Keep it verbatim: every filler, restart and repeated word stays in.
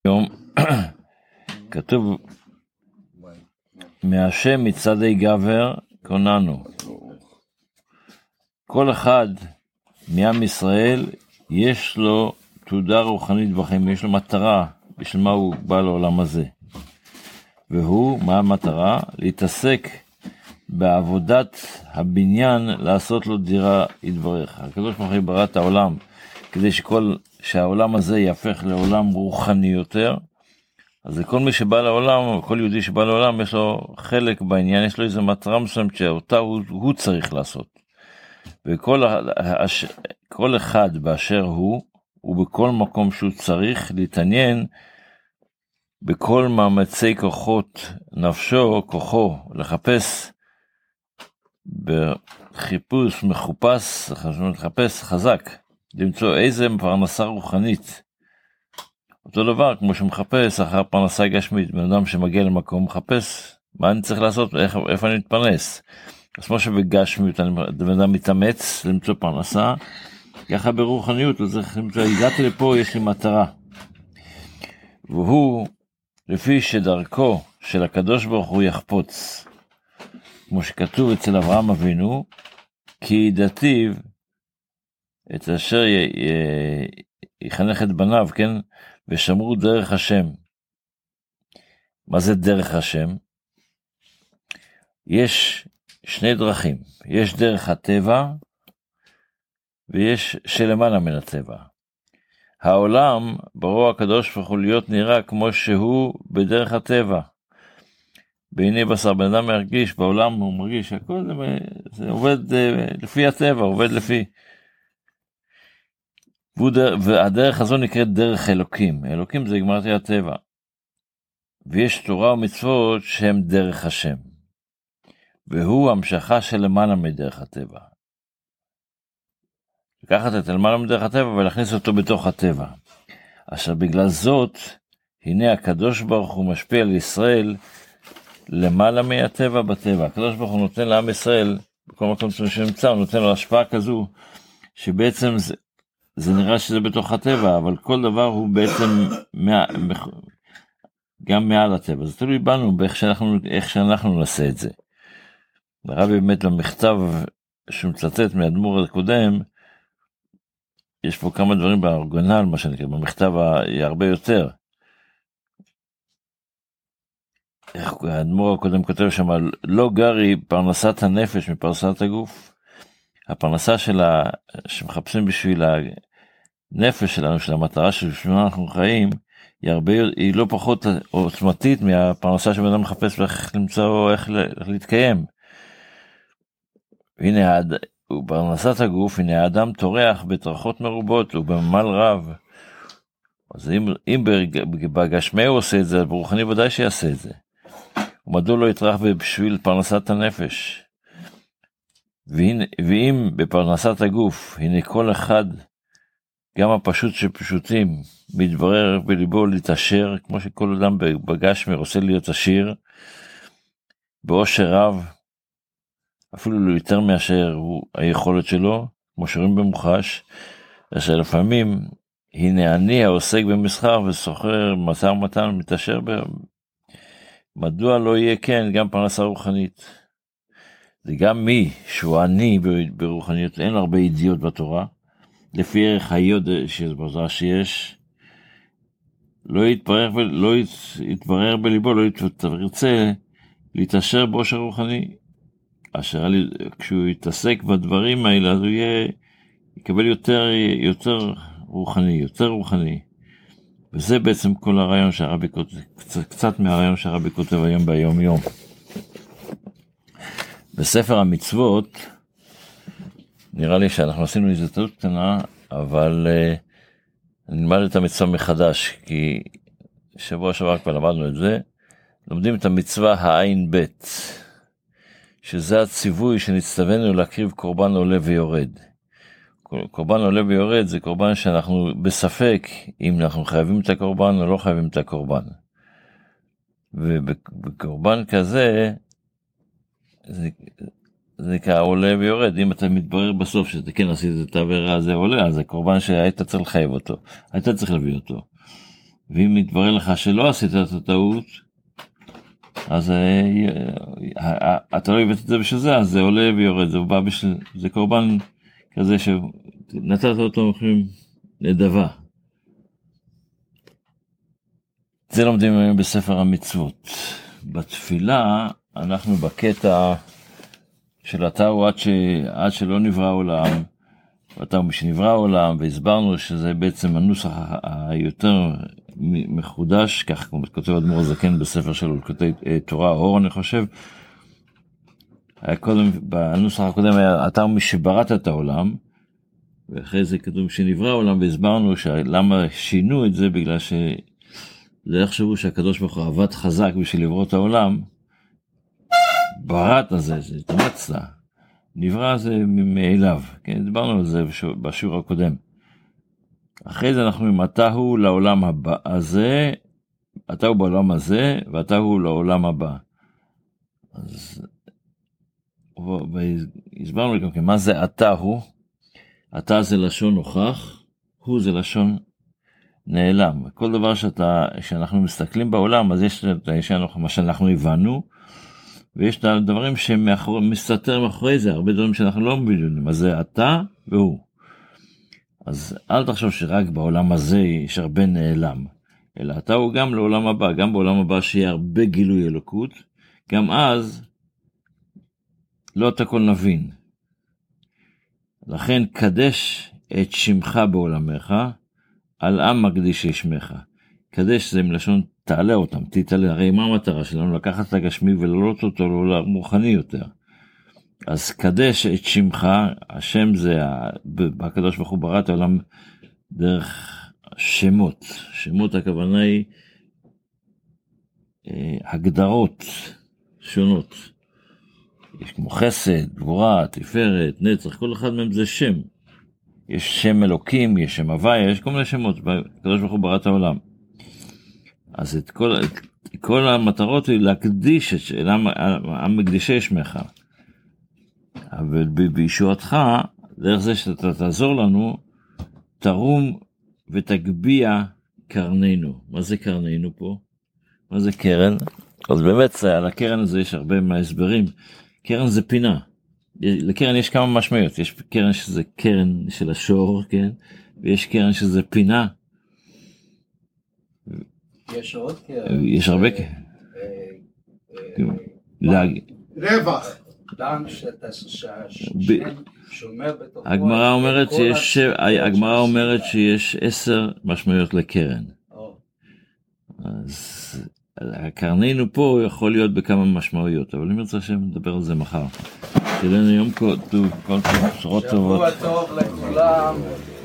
היום כתוב מהשם מצדי גבר קוננו. כל אחד מעם ישראל יש לו תעודה רוחנית בחיים, יש לו מטרה בשביל מה הוא בא לעולם הזה. והוא, מה המטרה? להתעסק בעבודת הבניין, לעשות לו דירה יתברך. הקדוש ברוך הוא ברא את העולם כדי שכל, שהעולם הזה יהפך לעולם רוחני יותר. אז לכל מי שבא לעולם, כל יהודי שבא לעולם, יש לו חלק בעניין, יש לו איזו מטרה מסוימת שאותה הוא, הוא צריך לעשות. וכל הש, כל אחד באשר הוא, ובכל מקום שהוא צריך להתעניין, בכל מאמצי כוחות נפשו, כוחו, לחפש בחיפוש מחופש, לחפש חזק, למצוא איזה פרנסה רוחנית. אותו דבר כמו שמחפש אחר פרנסה גשמית, בן אדם שמגיע למקום מחפש, מה אני צריך לעשות, איך, איפה אני מתפרנס. אז כמו שבגשמיות, בן אדם מתאמץ למצוא פרנסה, ככה ברוחניות, אז צריך למצוא, הגעתי לפה, יש לי מטרה. והוא, לפי שדרכו של הקדוש ברוך הוא יחפוץ, כמו שכתוב אצל אברהם אבינו, כי ידעתיו את אשר י... י... יחנך את בניו, כן? ושמרו דרך השם. מה זה דרך השם? יש שני דרכים, יש דרך הטבע, ויש שלמעלה מן הטבע. העולם, ברור הקדוש ברוך הוא להיות נראה כמו שהוא בדרך הטבע. בעיני בשר, בן אדם מרגיש, בעולם הוא מרגיש שהכל זה, זה עובד לפי הטבע, עובד לפי. והדרך הזו נקראת דרך אלוקים. אלוקים זה גמרתי הטבע. ויש תורה ומצוות שהם דרך השם. והוא המשכה של למעלה מדרך הטבע. לקחת את למעלה מדרך הטבע ולהכניס אותו בתוך הטבע. אשר בגלל זאת, הנה הקדוש ברוך הוא משפיע על ישראל למעלה מהטבע בטבע. הקדוש ברוך הוא נותן לעם ישראל, בכל מקום שנמצא, הוא נותן לו השפעה כזו, שבעצם זה, זה נראה שזה בתוך הטבע, אבל כל דבר הוא בעצם מה, גם מעל הטבע. זה תלוי בנו, באיך שאנחנו, איך שאנחנו נעשה את זה. הרבי באמת במכתב שמצטט מהאדמו"ר הקודם, יש פה כמה דברים באורגינל, מה שנקרא, במכתב הרבה יותר. האדמו"ר הקודם כותב שם, לא גרי פרנסת הנפש מפרנסת הגוף. הפרנסה שלה, שמחפשים בשביל הנפש שלנו, של המטרה שבשבילה אנחנו חיים, היא, הרבה, היא לא פחות עוצמתית מהפרנסה שבן אדם מחפש ואיך למצוא או איך להתקיים. והנה, פרנסת הגוף, הנה האדם תורח בטרחות מרובות ובמל רב. אז אם, אם בגשמי הוא עושה את זה, אז ברוחני ודאי שיעשה את זה. ומדוע לא יטרח בשביל פרנסת הנפש? והנה, ואם בפרנסת הגוף, הנה כל אחד, גם הפשוט שפשוטים, מתברר בליבו להתעשר, כמו שכל אדם בגשמי רוצה להיות עשיר, באושר רב, אפילו לא יותר מאשר הוא היכולת שלו, כמו שרואים במוחש, אשר לפעמים, הנה אני העוסק במסחר וסוחר משא ומתן מתעשר ב... מדוע לא יהיה כן גם פרנסה רוחנית? זה גם מי שהוא עני ברוחניות, אין לו הרבה ידיעות בתורה, לפי ערך היוד שבזרה שיש, לא יתברר, לא יתברר בליבו, לא יתרצה להתעשר באושר רוחני, אשר כשהוא יתעסק בדברים האלה, אז הוא יהיה, יקבל יותר, יותר רוחני, יותר רוחני. וזה בעצם כל הרעיון שהרבי כותב, קצת, קצת מהרעיון שהרבי כותב היום ביום יום. בספר המצוות, נראה לי שאנחנו עשינו איזו טעות קטנה, אבל uh, נלמד את המצווה מחדש, כי שבוע שבוע כבר למדנו את זה, לומדים את המצווה העין בית, שזה הציווי שנצטווינו להקריב קורבן עולה ויורד. קורבן עולה ויורד זה קורבן שאנחנו בספק אם אנחנו חייבים את הקורבן או לא חייבים את הקורבן. ובקורבן כזה, זה, זה נקרא עולה ויורד. אם אתה מתברר בסוף שאתה כן עשית את העבירה, זה עולה, אז הקורבן שהיית צריך לחייב אותו, היית צריך להביא אותו. ואם יתברר לך שלא עשית את הטעות, אז אתה לא הבאת את זה בשביל זה, אז זה עולה ויורד, זה בא בשביל, זה קורבן כזה שנתת אותו נדבה. זה לומדים היום בספר המצוות. בתפילה אנחנו בקטע של אתה הוא עד, ש... עד שלא נברא עולם, ואתה הוא משנברא עולם, והסברנו שזה בעצם הנוסח היותר מחודש, כך כמו כותב אדמו"ר הזקן בספר שלו, כותב תורה אור, אני חושב. היה קודם, בנוסח הקודם היה אתה הוא משבראת את העולם, ואחרי זה כתוב שנברא העולם, והסברנו למה שינו את זה, בגלל ש... לא יחשבו שהקדוש ברוך הוא עבד חזק בשביל לברוא את העולם, בראת הזה, זה התאמצת, נברא זה מאליו, כן, דיברנו על זה בשיעור הקודם. אחרי זה אנחנו אומרים, אתה הוא לעולם הבא הזה, אתה הוא בעולם הזה, ואתה הוא לעולם הבא. אז, והסברנו גם כן, מה זה אתה הוא? אתה זה לשון נוכח, הוא זה לשון נעלם. כל דבר שאתה, שאנחנו מסתכלים בעולם, אז יש, יש מה שאנחנו הבנו, ויש דברים שמסתתר מאחורי זה, הרבה דברים שאנחנו לא מבינים, אז זה אתה והוא. אז אל תחשוב שרק בעולם הזה יש הרבה נעלם, אלא אתה הוא גם לעולם הבא, גם בעולם הבא שיהיה הרבה גילוי אלוקות, גם אז לא את הכל נבין. לכן קדש את שמך בעולמך, על עם מקדיש שמך. קדש זה מלשון תעלה אותם, תתעלה, הרי מה המטרה שלנו? לקחת את הגשמי ולעלות אותו לעולם רוחני יותר. אז קדש את שמך, השם זה, בקדוש ברוך הוא ברא את העולם דרך שמות. שמות הכוונה היא אה, הגדרות שונות. יש כמו חסד, גבורה, תפארת, נצח, כל אחד מהם זה שם. יש שם אלוקים, יש שם הוויה, יש כל מיני שמות, בקדוש ברוך הוא ברא את העולם. אז את כל, את, כל המטרות היא להקדיש את שאלה, המקדישי שמך. אבל בישועתך, דרך זה שאתה תעזור לנו, תרום ותגביע קרננו. מה זה קרננו פה? מה זה קרן? אז באמת על הקרן הזה יש הרבה מההסברים. קרן זה פינה. לקרן יש כמה משמעויות. יש קרן שזה קרן של השור, כן? ויש קרן שזה פינה. יש עוד קרן. יש הרבה קרן. רווח. דן שאתה שומר בתוכו. הגמרא אומרת שיש, הגמרא אומרת שיש עשר משמעויות לקרן. אז הקרננו פה יכול להיות בכמה משמעויות, אבל אני רוצה שנדבר על זה מחר. תהיה לנו יום טוב, כל בשורות טובות. שבוע טוב לכולם.